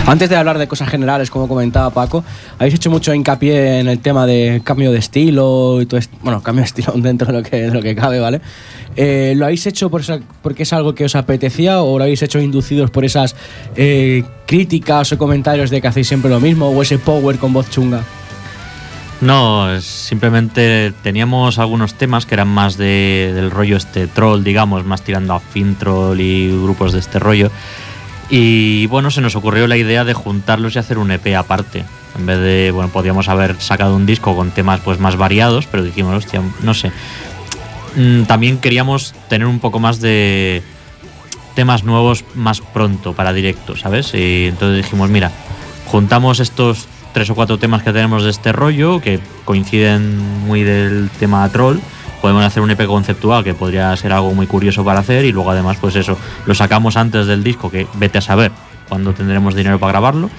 Antes de hablar de cosas generales, como comentaba Paco, habéis hecho mucho hincapié en el tema de cambio de estilo y todo esto. Bueno, cambio de estilo dentro de lo que, de lo que cabe, ¿vale? Eh, ¿Lo habéis hecho por esa, porque es algo que os apetecía o lo habéis hecho inducidos por esas eh, críticas o comentarios de que hacéis siempre lo mismo o ese power con voz chunga? No, es simplemente teníamos algunos temas que eran más de, del rollo este troll, digamos, más tirando a Fintroll y grupos de este rollo. Y bueno, se nos ocurrió la idea de juntarlos y hacer un E P aparte. En vez de, bueno, podríamos haber sacado un disco con temas pues más variados, pero dijimos, hostia, no sé. Mm, también queríamos tener un poco más de temas nuevos más pronto para directo, ¿sabes? Y entonces dijimos, mira, juntamos estos tres o cuatro temas que tenemos de este rollo, que coinciden muy del tema troll. Podemos hacer un E P conceptual que podría ser algo muy curioso para hacer y luego además pues eso, lo sacamos antes del disco, que vete a saber cuándo tendremos dinero para grabarlo,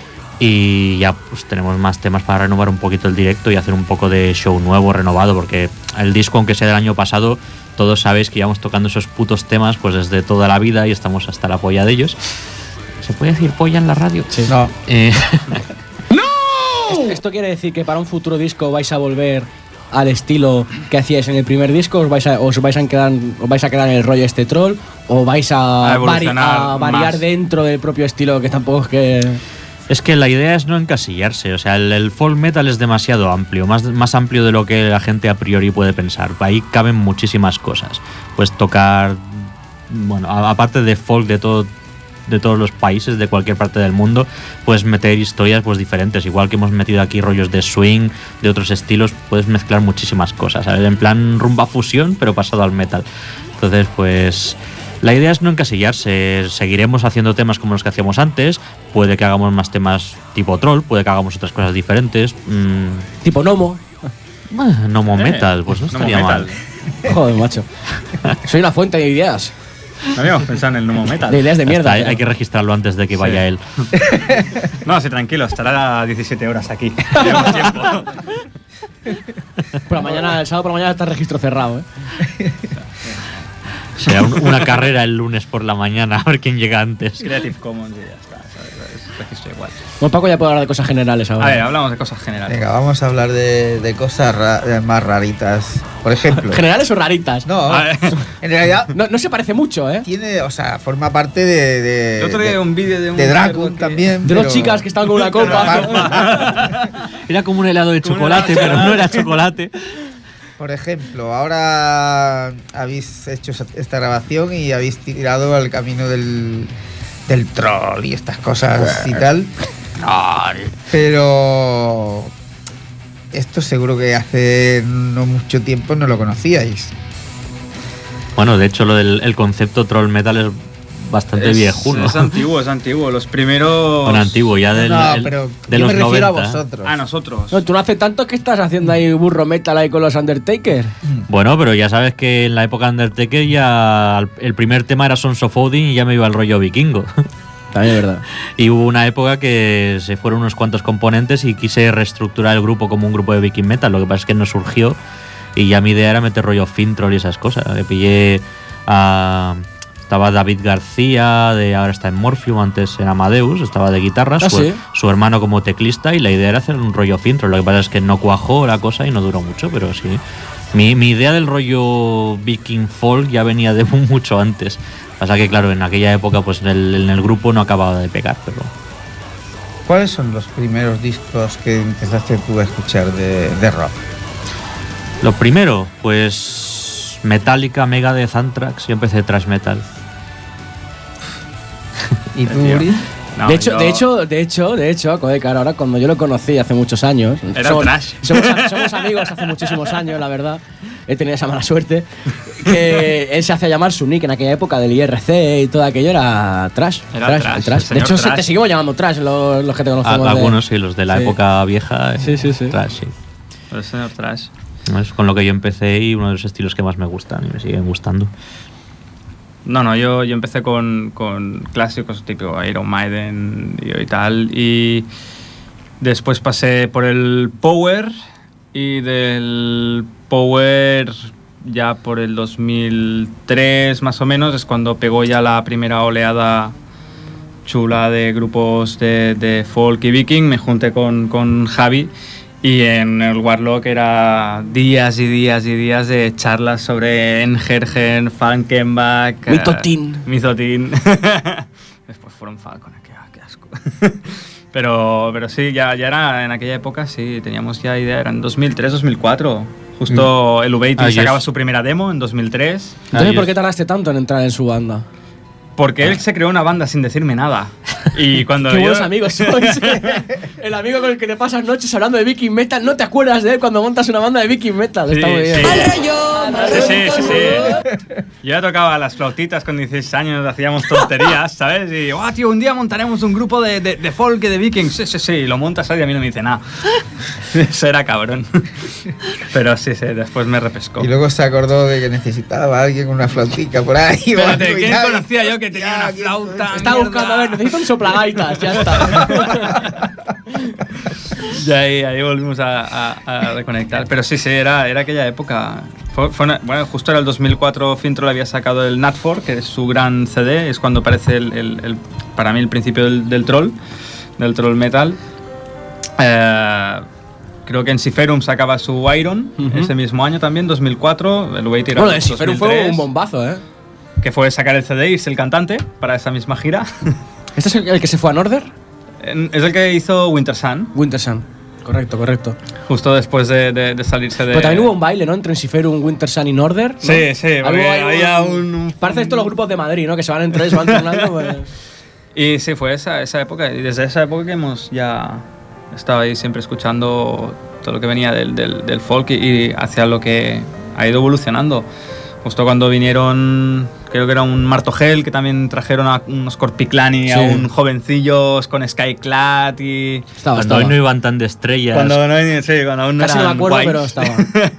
y ya pues tenemos más temas para renovar un poquito el directo y hacer un poco de show nuevo, renovado, porque el disco, aunque sea del año pasado, todos sabéis que llevamos tocando esos putos temas pues desde toda la vida y estamos hasta la polla de ellos. ¿Se puede decir polla en la radio? Sí. No. Eh, ¿Esto, ¿Esto quiere decir que para un futuro disco vais a volver al estilo que hacíais en el primer disco? ¿Os vais a, os vais a, quedar, os vais a quedar en el rollo este troll? ¿O vais a, A vari- evolucionar a variar más. dentro del propio estilo, que tampoco es que... Es que la idea es no encasillarse, o sea, el, el folk metal es demasiado amplio, más, más amplio de lo que la gente a priori puede pensar. Ahí caben muchísimas cosas. Puedes tocar, bueno, a- aparte de folk de todo, de todos los países, de cualquier parte del mundo, puedes meter historias pues diferentes, igual que hemos metido aquí rollos de swing, de otros estilos, puedes mezclar muchísimas cosas, ¿sabes? En plan rumba fusión, pero pasado al metal. Entonces, pues la idea es no encasillarse, seguiremos haciendo temas como los que hacíamos antes, puede que hagamos más temas tipo troll, puede que hagamos otras cosas diferentes. Mm, Tipo Nomo. bueno, Nomo metal, pues no Nomo estaría metal. mal. Joder, macho. Soy una fuente de ideas. No habíamos pensado en el nuevo metal. De ideas de mierda. Hasta hay, tío. hay que registrarlo antes de que vaya él. No, sí, tranquilo, estará a diecisiete horas aquí. Llevamos tiempo. Por la mañana, el sábado por la mañana está el registro cerrado, ¿eh? Será un- una carrera el lunes por la mañana, a ver quién llega antes. Creative Commons y ya está. ¿sabes? Es registro igual. Bueno, Paco ya puede hablar de cosas generales ahora. A ver, hablamos de cosas generales. Venga, vamos a hablar de, de cosas ra- eh, más raritas. Por ejemplo. ¿Generales o raritas? No, A ver. en realidad No, no se parece mucho, ¿eh? tiene, o sea, forma parte de. de El otro día de- un vídeo de un. de cerdo Dracon que- también. De dos pero- chicas que estaban con una pero copa. aparte- Era como un helado de Como un chocolate, helado de pero no era chocolate. Por ejemplo, ahora habéis hecho esa- esta grabación y habéis tirado al camino del, del troll y estas cosas y tal. Pero esto seguro que hace no mucho tiempo no lo conocíais. Bueno, de hecho, lo del el concepto troll metal es bastante Es, viejuno. es antiguo, es antiguo. Los primeros. Bueno, antiguo, ya del, no, el- pero de yo los me refiero noventa. a vosotros. A nosotros. No, tú no hace tanto que estás haciendo ahí burro metal ahí con los Undertaker. Bueno, pero ya sabes que en la época de Undertaker ya el- el primer tema era Sons of Odin y ya me iba al rollo vikingo. También es verdad. Y hubo una época que se fueron unos cuantos componentes y quise reestructurar el grupo como un grupo de viking metal. Lo que pasa es que no surgió y ya mi idea era meter rollo Fintroll y esas cosas. Le pillé a... Estaba David García, de ahora está en Morphium, antes en Amadeus, estaba de guitarra, Ah, su, ¿sí? su hermano como teclista, y la idea era hacer un rollo Fintroll. Lo que pasa es que no cuajó la cosa y no duró mucho, pero sí. Mi, mi idea del rollo Viking Folk ya venía de mucho antes. Pasa que, claro, en aquella época, pues en el, en el grupo no acababa de pegar, pero. ¿Cuáles son los primeros discos que empezaste tú a escuchar de, de rock? Lo primero, pues. Metallica, Megadeth, Anthrax. Yo empecé thrash metal. ¿Y tú, Tío. Uri? No, de, hecho, yo- de hecho, de hecho, de hecho, Codecar, ahora cuando yo lo conocí hace muchos años. Era somos, trash. Somos, somos amigos hace muchísimos años, la verdad. He tenido esa mala suerte. Que él se hacía llamar su nick en aquella época del I R C y todo aquello era trash. Era trash, trash, el trash. el De señor hecho, se- trash. te seguimos llamando trash los, los que te Ah, conocemos. de- algunos sí, los de la Sí. época vieja. eh, Sí, sí, sí. Thrash, sí. El señor Trash. Es con lo que yo empecé y uno de los estilos que más me gustan y me siguen gustando. No, no, yo, yo empecé con, con clásicos tipo Iron Maiden y, y tal. Y después pasé por el Power. Y del Power, ya por el dos mil tres más o menos, es cuando pegó ya la primera oleada chula de grupos de, de folk y viking, me junté con, con Javi. Y en el Warlock era días y días y días de charlas sobre Engergen, Falkenbach... Mizotin. Uh, Mizotin. Después fueron Falcon, qué, qué asco. pero, pero sí, ya, ya era en aquella época, sí, teníamos ya idea, era en dos mil tres, dos mil cuatro. Justo mm. el Ubeiti ah, sacaba yes. su primera demo en dos mil tres. Entonces, ah, ¿por qué tardaste tanto en entrar en su banda? Porque él se creó una banda sin decirme nada. Y cuando Qué yo... buenos amigos sois. El amigo con el que te pasas noches hablando de Viking Metal, no te acuerdas de él cuando montas una banda de Viking Metal. Sí, Está muy bien. sí. Sí, sí, sí, sí. Yo ya tocaba las flautitas con dieciséis años, hacíamos tonterías, ¿sabes? Y, oh, tío, un día montaremos un grupo de, de, de folk y de vikings. Sí, sí, sí. Y lo montas ahí y a mí no me dice nada. Eso era cabrón. Pero sí, sí, después me repescó. Y luego se acordó de que necesitaba a alguien con una flautica por ahí. Espérate, ¿quién ya, conocía yo que tenía una flauta? Estaba buscando, a ver, necesito un soplagaitas, ya está. Y ahí, ahí volvimos a, a, a reconectar. Pero sí, sí, era, era aquella época. Fue, fue una, bueno, justo era el dos mil cuatro, Fintroll había sacado el Natfor, que es su gran C D, es cuando aparece el, el, el, para mí el principio del, del troll, del troll metal. Eh, creo que en Siferum sacaba su Iron, uh-huh. ese mismo año también, dos mil cuatro. El Wait bueno, en Siferum fue un bombazo, ¿eh? Que fue sacar el C D y irse el cantante para esa misma gira. ¿Este es el, el que se fue a Northern? Es el que hizo Winter Sun. Winter Sun, correcto, correcto. Justo después de, de, de salirse de... Pero también hubo un baile, ¿no? Entre Siferum, Winter Sun y Northern, ¿no? Sí, sí. Había un, un... Parece esto los grupos de Madrid, ¿no? Que se van entre ellos, van turnando, pues... Y sí, fue esa, esa época. Y desde esa época que hemos ya estado ahí siempre escuchando todo lo que venía del, del, del folk y, y hacia lo que ha ido evolucionando. Justo cuando vinieron, creo que era un Martogel, que también trajeron a unos Corpiclani, sí. a un jovencillos con Skyclad y... Estaba, cuando estaba. Hoy no iban tan de estrellas. Cuando no, sí, cuando aún no Casi eran no me acuerdo, guays. pero estaba.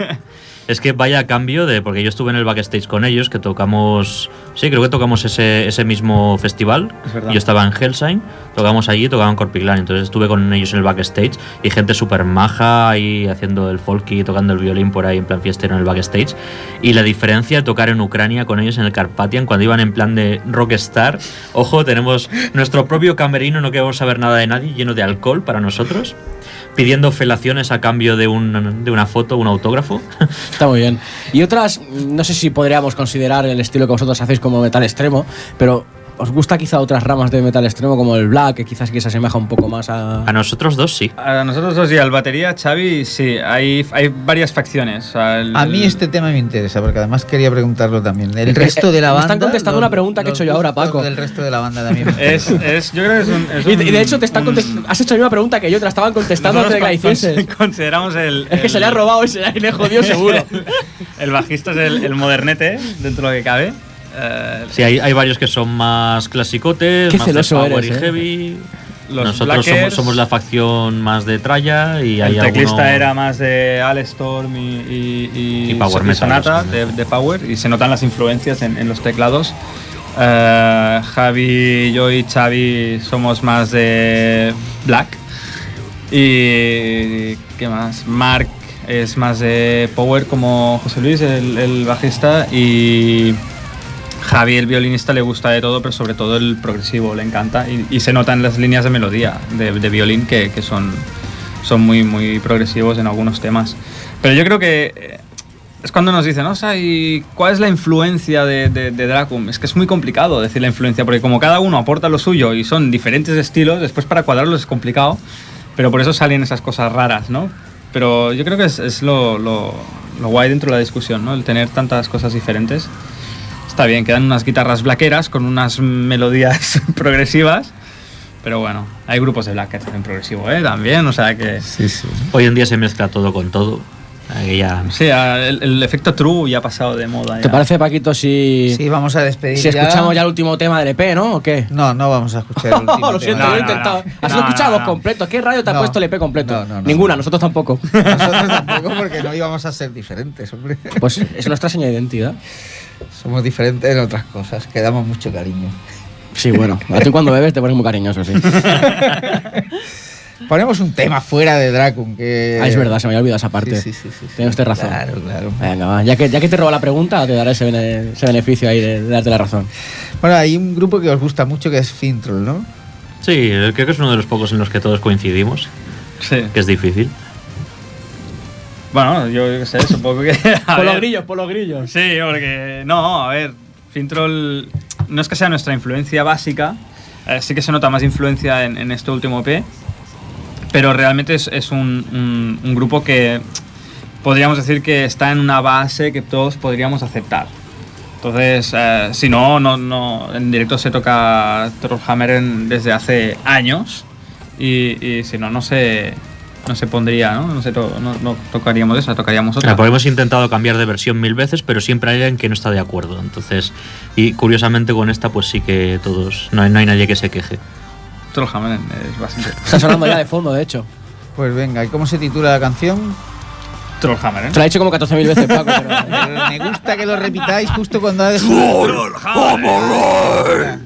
Es que vaya cambio de... Porque yo estuve en el backstage con ellos, que tocamos... Sí, creo que tocamos ese, ese mismo festival. Yo estaba en Hellsing, tocamos allí, tocaban Corpiclani. Entonces estuve con ellos en el backstage y gente súper maja ahí haciendo el folky, tocando el violín por ahí en plan fiestero en el backstage. Y la diferencia de tocar en Ucrania con ellos en el Carpathian, cuando iban en plan de rockstar. Ojo, tenemos nuestro propio camerino, no queremos saber nada de nadie, lleno de alcohol para nosotros, pidiendo felaciones a cambio de, un, de una foto, un autógrafo. Está muy bien. Y otras, no sé si podríamos considerar el estilo que vosotros hacéis como metal extremo, pero ¿os gusta quizá otras ramas de metal extremo como el black, que quizás que se asemeja un poco más a...? A nosotros dos sí. A nosotros dos sí, al batería, Xavi, sí. Hay, hay varias facciones. O sea, el, a mí este tema me interesa, porque además quería preguntarlo también. El resto de la me banda... están contestando los, una pregunta que he hecho yo ahora, Paco. El resto de la banda también. es, es, yo creo que es un... Es un y, de, y de hecho te están un, has hecho la misma pregunta que yo, te la estaban contestando antes de que la hicieses. Consideramos el... Es que el, se le ha robado y se le jodió seguro. el, el bajista es el, el modernete, dentro de lo que cabe. Uh, sí, hay, hay varios que son más clasicotes, Qué más de power eres, y eh. heavy. Los Nosotros somos, somos la facción más de tralla y el hay teclista alguno... era más de Alestorm y, y, y, y Power Metal, Sonata de, de Power, y se notan las influencias en, en los teclados. Uh, Javi, yo y Xavi somos más de Black. Y ¿qué más? Mark es más de Power, como José Luis, el, el bajista, y Javi, el violinista, le gusta de todo, pero sobre todo el progresivo, le encanta, y, y se notan las líneas de melodía de, de violín que, que son, son muy, muy progresivos en algunos temas. Pero yo creo que es cuando nos dicen, ¿no? O sea, ¿y cuál es la influencia de, de, de Dracum? Es que es muy complicado decir la influencia, porque como cada uno aporta lo suyo y son diferentes estilos, después para cuadrarlos es complicado, pero por eso salen esas cosas raras, ¿no? Pero yo creo que es, es lo, lo, lo guay dentro de la discusión, ¿no? El tener tantas cosas diferentes. Está bien, quedan unas guitarras blackeras con unas melodías progresivas, pero bueno, hay grupos de black que hacen progresivo, ¿eh? También, o sea que... Sí, sí. Hoy en día se mezcla todo con todo. Ya... Sí, el, el efecto true ya ha pasado de moda. ¿Te ya. parece, Paquito, si... Sí, vamos a despedir Si ya. escuchamos ya el último tema del E P, ¿no? ¿O qué? No, no vamos a escuchar el último Lo siento, tema. lo he No, no, intentado. no. Así No, lo escuchamos no, no. completo. ¿Qué radio te ha No. puesto el E P completo? No, no, no. Ninguna, nosotros tampoco. Nosotros tampoco, porque no íbamos a ser diferentes, hombre. Pues es nuestra señal de identidad. Somos diferentes en otras cosas, que damos mucho cariño. Sí, bueno, a ti cuando bebes te pones muy cariñoso, sí. Ponemos un tema fuera de Dracum que... Ah, es verdad, se me había olvidado esa parte. Sí, sí, sí, sí, sí. Tienes usted razón. Claro, claro. Venga, va. Ya que, ya que te robo la pregunta, te daré ese, bene- ese beneficio ahí de, de darte la razón. Bueno, hay un grupo que os gusta mucho que es Fintroll, ¿no? Sí, creo que es uno de los pocos en los que todos coincidimos, Sí. que es difícil. Bueno, yo qué sé, supongo que. a Por los ver. grillos, por los grillos. Sí, porque. No, a ver. Fintroll no es que sea nuestra influencia básica. Eh, sí que se nota más influencia en, en este último E P. Pero realmente es, es un, un, un grupo que podríamos decir que está en una base que todos podríamos aceptar. Entonces, eh, si no, no, no, en directo se toca Trollhammer en- desde hace años. Y, y si no, no se, no se pondría, ¿no? No, se to- no, no tocaríamos esa, tocaríamos otra. Claro, porque hemos intentado cambiar de versión mil veces, pero siempre hay alguien que no está de acuerdo. Entonces, y curiosamente con esta, pues sí que todos, no hay, no hay nadie que se queje. Trollhammer es bastante. Está sonando ya de fondo, de hecho. Pues venga, ¿y cómo se titula la canción? Trollhammer, ¿eh? Te lo he dicho como catorce mil veces, Paco, pero... Pero me gusta que lo repitáis justo cuando ha dejado.